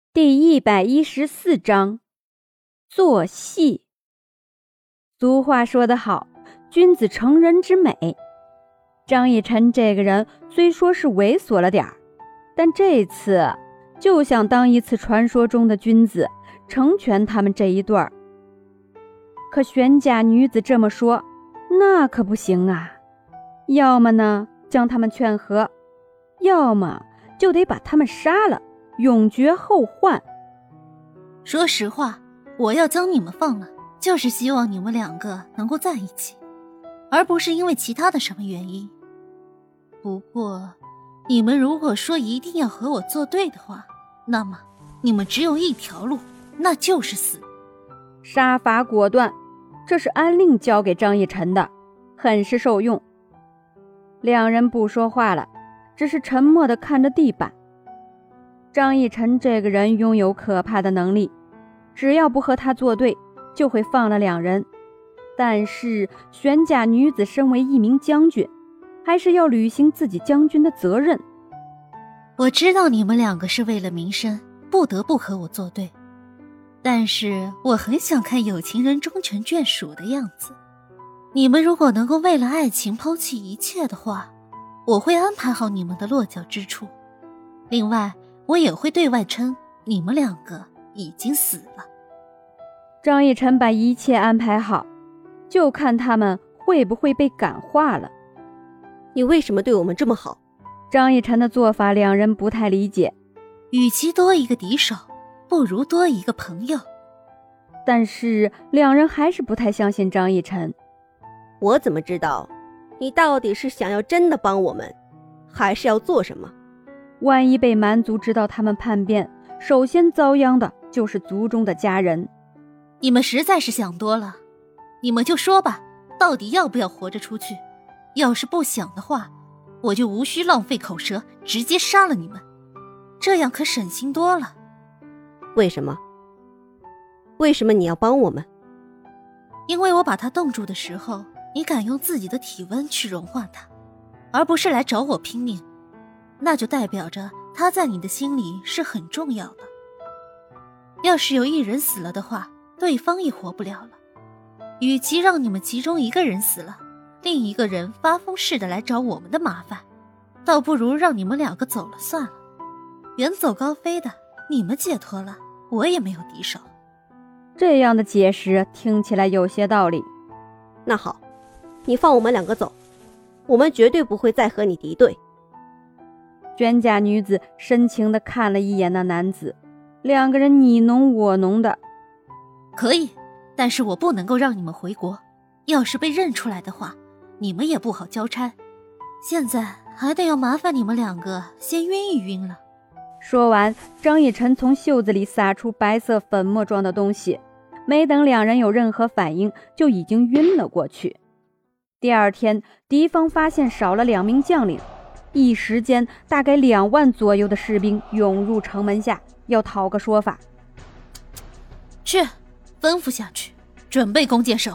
第114章做戏。俗话说得好，君子成人之美。张逸晨这个人虽说是猥琐了点儿，但这次就想当一次传说中的君子，成全他们这一对儿。可玄家女子这么说，那可不行啊，要么呢将他们劝和，要么就得把他们杀了，永绝后患。 说实话，我要将你们放了，就是希望你们两个能够在一起，而不是因为其他的什么原因。不过你们如果说一定要和我作对的话，那么你们只有一条路，那就是死。 杀伐果断，这是安令交给张逸晨的，很是受用。两人不说话了，只是沉默地看着地板。张逸晨这个人拥有可怕的能力，只要不和他作对，就会放了两人。但是玄家女子身为一名将军，还是要履行自己将军的责任。 我知道你们两个是为了名声，不得不和我作对，但是我很想看有情人终成眷属的样子。你们如果能够为了爱情抛弃一切的话，我会安排好你们的落脚之处。另外我也会对外称你们两个已经死了。 张逸晨把一切安排好，就看他们会不会被感化了。 你为什么对我们这么好？ 张逸晨的做法两人不太理解。 与其多一个敌手，不如多一个朋友。 但是两人还是不太相信张逸晨。 我怎么知道你到底是想要真的帮我们，还是要做什么？ 万一被蛮族知道他们叛变，首先遭殃的就是族中的家人。 你们实在是想多了，你们就说吧，到底要不要活着出去？要是不想的话，我就无需浪费口舌，直接杀了你们，这样可省心多了。 为什么？为什么你要帮我们？ 因为我把他冻住的时候，你敢用自己的体温去融化他，而不是来找我拼命，那就代表着他在你的心里是很重要的。要是有一人死了的话，对方也活不了了。与其让你们其中一个人死了，另一个人发疯似的来找我们的麻烦，倒不如让你们两个走了算了。远走高飞的，你们解脱了，我也没有敌手。 这样的解释听起来有些道理。 那好，你放我们两个走，我们绝对不会再和你敌对。 玄家女子深情地看了一眼那男子，两个人你侬我侬的。 可以，但是我不能够让你们回国，要是被认出来的话，你们也不好交差。现在还得要麻烦你们两个先晕一晕了。 说完，张逸晨从袖子里撒出白色粉末状的东西，没等两人有任何反应，就已经晕了过去。第二天，敌方发现少了2名将领，一时间大概2万左右的士兵涌入城门下，要讨个说法。 去，吩咐下去，准备弓箭手。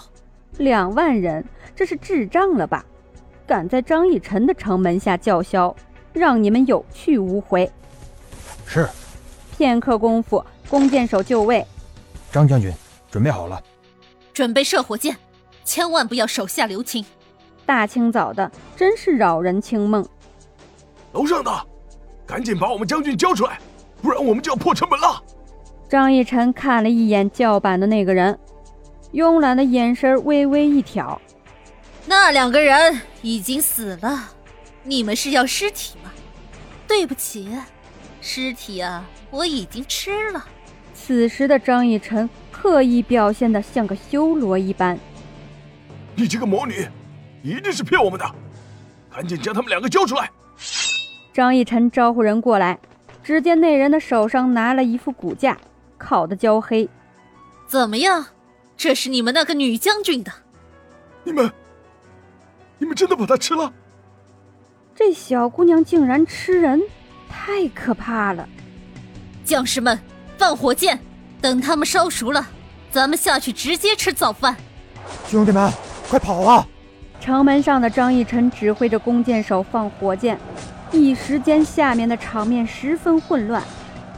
2万人，这是智障了吧？敢在张逸晨的城门下叫嚣，让你们有去无回。 是。 片刻功夫，弓箭手就位。 张将军，准备好了。 准备射火箭，千万不要手下留情。 大清早的，真是扰人清梦。 楼上的，赶紧把我们将军交出来，不然我们就要破城门了。 张逸晨看了一眼叫板的那个人，慵懒的眼神微微一挑。 那2个人已经死了，你们是要尸体吗？对不起，尸体啊，我已经吃了。 此时的张逸晨刻意表现得像个修罗一般。 你这个魔女，一定是骗我们的，赶紧将他们2个交出来。 张逸晨招呼人过来，只见那人的手上拿了一副骨架，烤得焦黑。 怎么样？这是你们那个女将军的。 你们真的把她吃了？ 这小姑娘竟然吃人，太可怕了。 将士们，放火箭，等他们烧熟了，咱们下去直接吃早饭。 兄弟们，快跑啊！ 城门上的张逸晨指挥着弓箭手放火箭，一时间下面的场面十分混乱。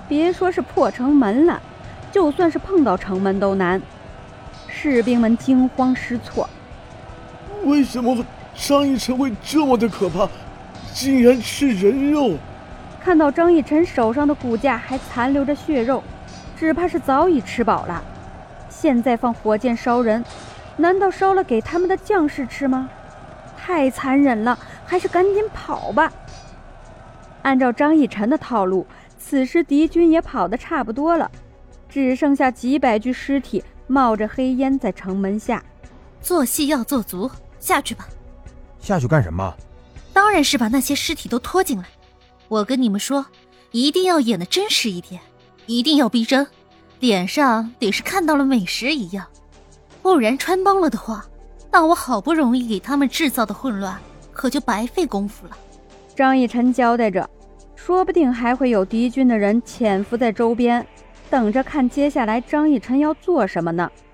别说是破城门了，就算是碰到城门都难。士兵们惊慌失措。 为什么张逸晨会这么的可怕，竟然吃人肉？ 看到张逸晨手上的骨架还残留着血肉，只怕是早已吃饱了。现在放火箭烧人，难道烧了给他们的将士吃吗？太残忍了，还是赶紧跑吧。按照张逸晨的套路，此时敌军也跑得差不多了，只剩下几百具尸体冒着黑烟在城门下。 做戏要做足，下去吧。 下去干什么？ 当然是把那些尸体都拖进来。我跟你们说，一定要演得真实一点，一定要逼真，脸上得是看到了美食一样，不然穿帮了的话，那我好不容易给他们制造的混乱可就白费功夫了。 张逸晨交代着，说不定还会有敌军的人潜伏在周边，等着看接下来张逸晨要做什么呢。